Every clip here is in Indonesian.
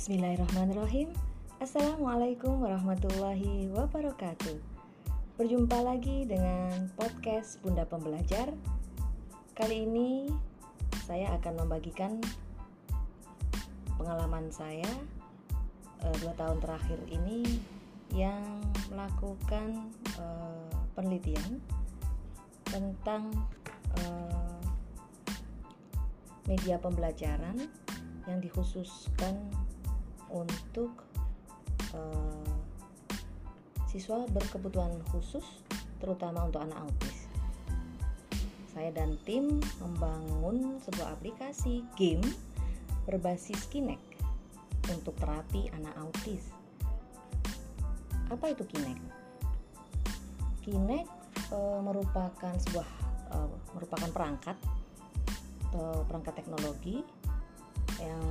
Bismillahirrahmanirrahim. Assalamualaikum warahmatullahi wabarakatuh. Berjumpa lagi dengan podcast Bunda Pembelajar. Kali ini saya akan membagikan pengalaman saya 2 tahun terakhir ini yang melakukan penelitian tentang media pembelajaran yang dikhususkan untuk siswa berkebutuhan khusus, terutama untuk anak autis. Saya dan tim membangun sebuah aplikasi game berbasis Kinect untuk terapi anak autis. Apa itu Kinect? Kinect merupakan perangkat teknologi yang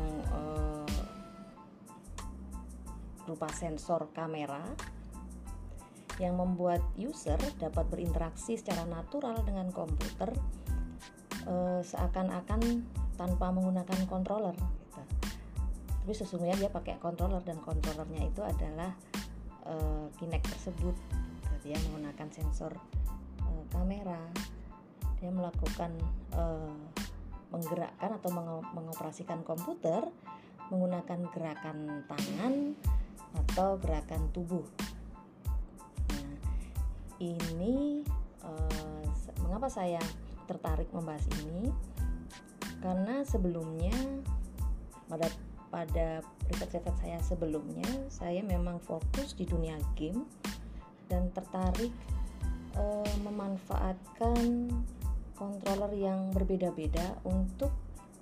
berupa sensor kamera yang membuat user dapat berinteraksi secara natural dengan komputer seakan-akan tanpa menggunakan controller gitu. Tapi sesungguhnya dia pakai controller dan controllernya itu adalah Kinect tersebut. Dia menggunakan sensor kamera. Dia melakukan menggerakkan atau mengoperasikan komputer menggunakan gerakan tangan atau gerakan tubuh. Nah, ini mengapa saya tertarik membahas ini? Karena sebelumnya pada riset-riset saya sebelumnya, saya memang fokus di dunia game dan tertarik memanfaatkan controller yang berbeda-beda untuk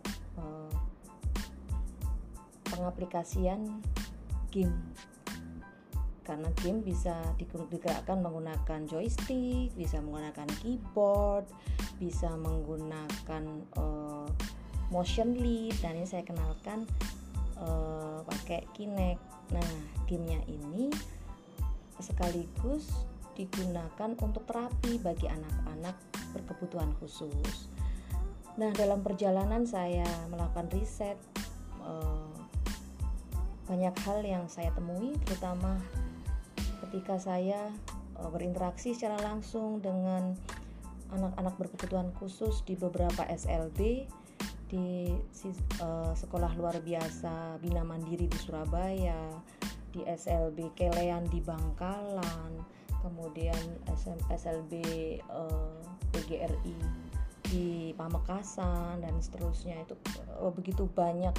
pengaplikasian game. Karena game bisa digerakkan menggunakan joystick, bisa menggunakan keyboard, bisa menggunakan motion lead, dan ini saya kenalkan pakai Kinect. Nah, gamenya ini sekaligus digunakan untuk terapi bagi anak-anak berkebutuhan khusus. Nah, dalam perjalanan saya melakukan riset, banyak hal yang saya temui, terutama ketika saya berinteraksi secara langsung dengan anak-anak berkebutuhan khusus di beberapa SLB, di sekolah luar biasa Bina Mandiri di Surabaya, di SLB Kelean di Bangkalan, kemudian SLB PGRI di Pamekasan, dan seterusnya. Itu begitu banyak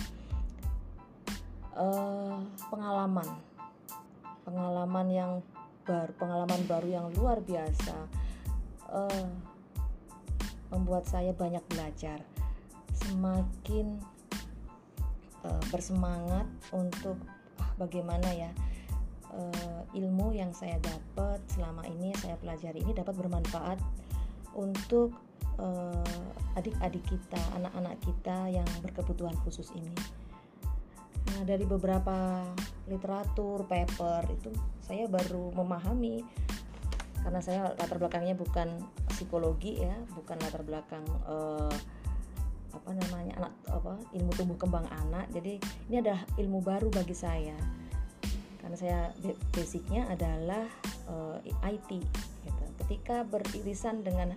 pengalaman baru yang luar biasa, membuat saya banyak belajar, semakin bersemangat untuk bagaimana ya ilmu yang saya dapat selama ini, saya pelajari ini dapat bermanfaat untuk adik-adik kita, anak-anak kita yang berkebutuhan khusus ini. Nah, dari beberapa literatur, paper itu saya baru memahami, karena saya latar belakangnya bukan psikologi ya, bukan latar belakang ilmu tumbuh kembang anak. Jadi ini adalah ilmu baru bagi saya, karena saya basicnya adalah IT gitu. Ketika beririsan dengan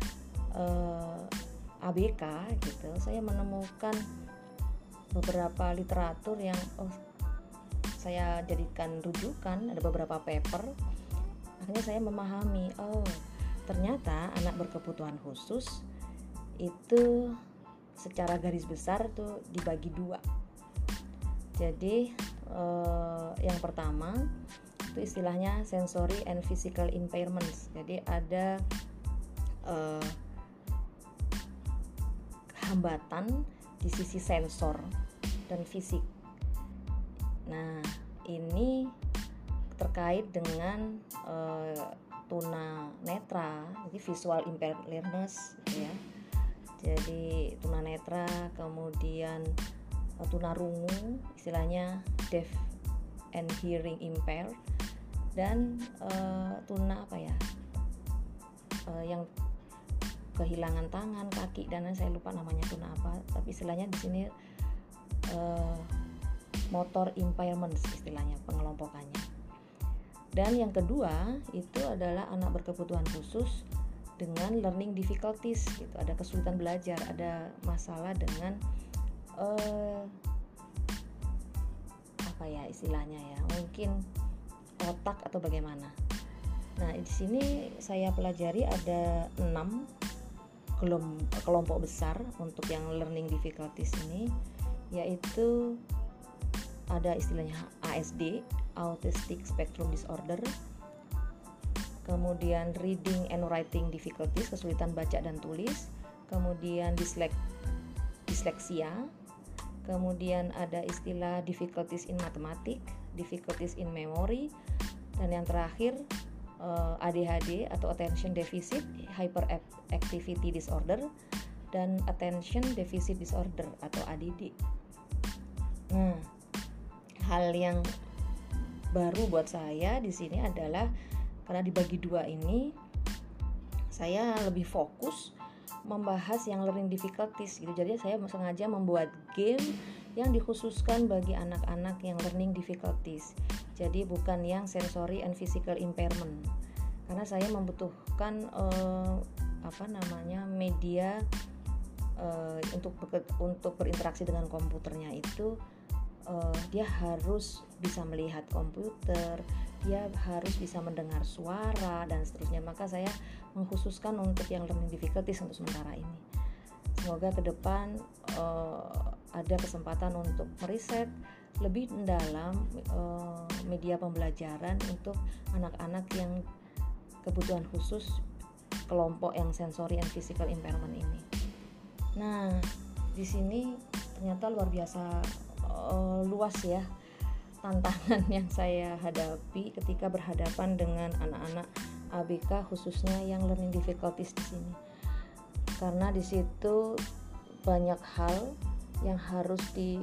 ABK gitu, saya menemukan beberapa literatur yang saya jadikan rujukan. Ada beberapa paper, akhirnya saya memahami, ternyata anak berkebutuhan khusus itu secara garis besar tuh dibagi dua. Jadi yang pertama itu istilahnya sensory and physical impairments. Jadi ada hambatan di sisi sensor dan fisik. Nah, ini terkait dengan tunanetra, jadi visual impaired learners ya. Jadi tunanetra, kemudian tunarungu, istilahnya deaf and hearing impaired, dan yang kehilangan tangan, kaki, dan saya lupa namanya tuna apa, tapi istilahnya di sini motor impairments istilahnya pengelompokannya. Dan yang kedua itu adalah anak berkebutuhan khusus dengan learning difficulties gitu, ada kesulitan belajar, ada masalah dengan apa ya istilahnya ya, mungkin otak atau bagaimana. Nah, di sini saya pelajari ada 6 kelompok besar untuk yang learning difficulties ini, yaitu ada istilahnya ASD, Autistic Spectrum Disorder, kemudian reading and writing difficulties, kesulitan baca dan tulis, kemudian disleksia, kemudian ada istilah difficulties in mathematics, difficulties in memory, dan yang terakhir ADHD atau Attention Deficit Hyperactivity Disorder dan Attention Deficit Disorder atau ADD. Nah, hal yang baru buat saya di sini adalah karena dibagi dua ini, saya lebih fokus membahas yang learning difficulties gitu. Jadi saya sengaja membuat game yang dikhususkan bagi anak-anak yang learning difficulties. Jadi bukan yang sensory and physical impairment. Karena saya membutuhkan media untuk berinteraksi dengan komputernya itu dia harus bisa melihat komputer, dia harus bisa mendengar suara dan seterusnya. Maka saya mengkhususkan untuk yang learning difficulties untuk sementara ini. Semoga ke depan ada kesempatan untuk meriset lebih mendalam media pembelajaran untuk anak-anak yang kebutuhan khusus kelompok yang sensory and physical impairment ini. Nah, di sini ternyata luar biasa luas ya tantangan yang saya hadapi ketika berhadapan dengan anak-anak ABK khususnya yang learning difficulties di sini. Karena di situ banyak hal yang harus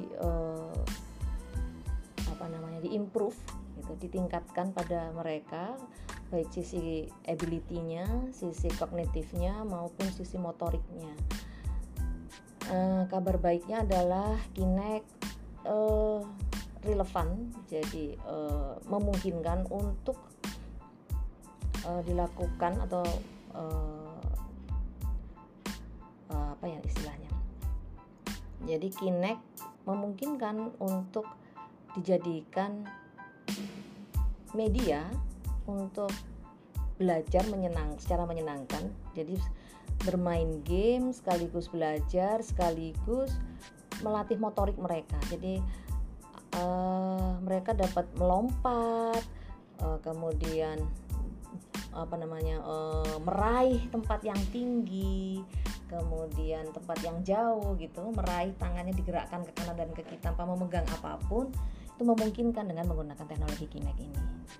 diimprove gitu, ditingkatkan pada mereka, baik sisi ability-nya, sisi kognitifnya maupun sisi motoriknya. Kabar baiknya adalah Kinect relevan, jadi memungkinkan untuk dilakukan atau istilahnya. Jadi Kinect memungkinkan untuk dijadikan media untuk belajar secara menyenangkan. Jadi bermain game sekaligus belajar sekaligus melatih motorik mereka. Jadi mereka dapat melompat, kemudian meraih tempat yang tinggi, kemudian tempat yang jauh gitu, meraih tangannya digerakkan ke kanan dan ke kiri tanpa memegang apapun. Itu memungkinkan dengan menggunakan teknologi Kinect ini.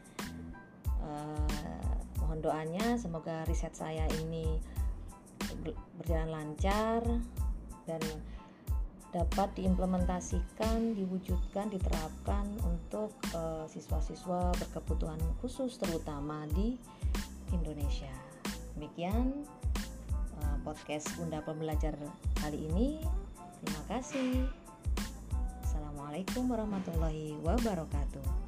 Mohon doanya semoga riset saya ini berjalan lancar dan dapat diimplementasikan, diwujudkan, diterapkan untuk siswa-siswa berkebutuhan khusus terutama di Indonesia. Demikian podcast Bunda Pembelajar kali ini. Terima kasih. Assalamualaikum warahmatullahi wabarakatuh.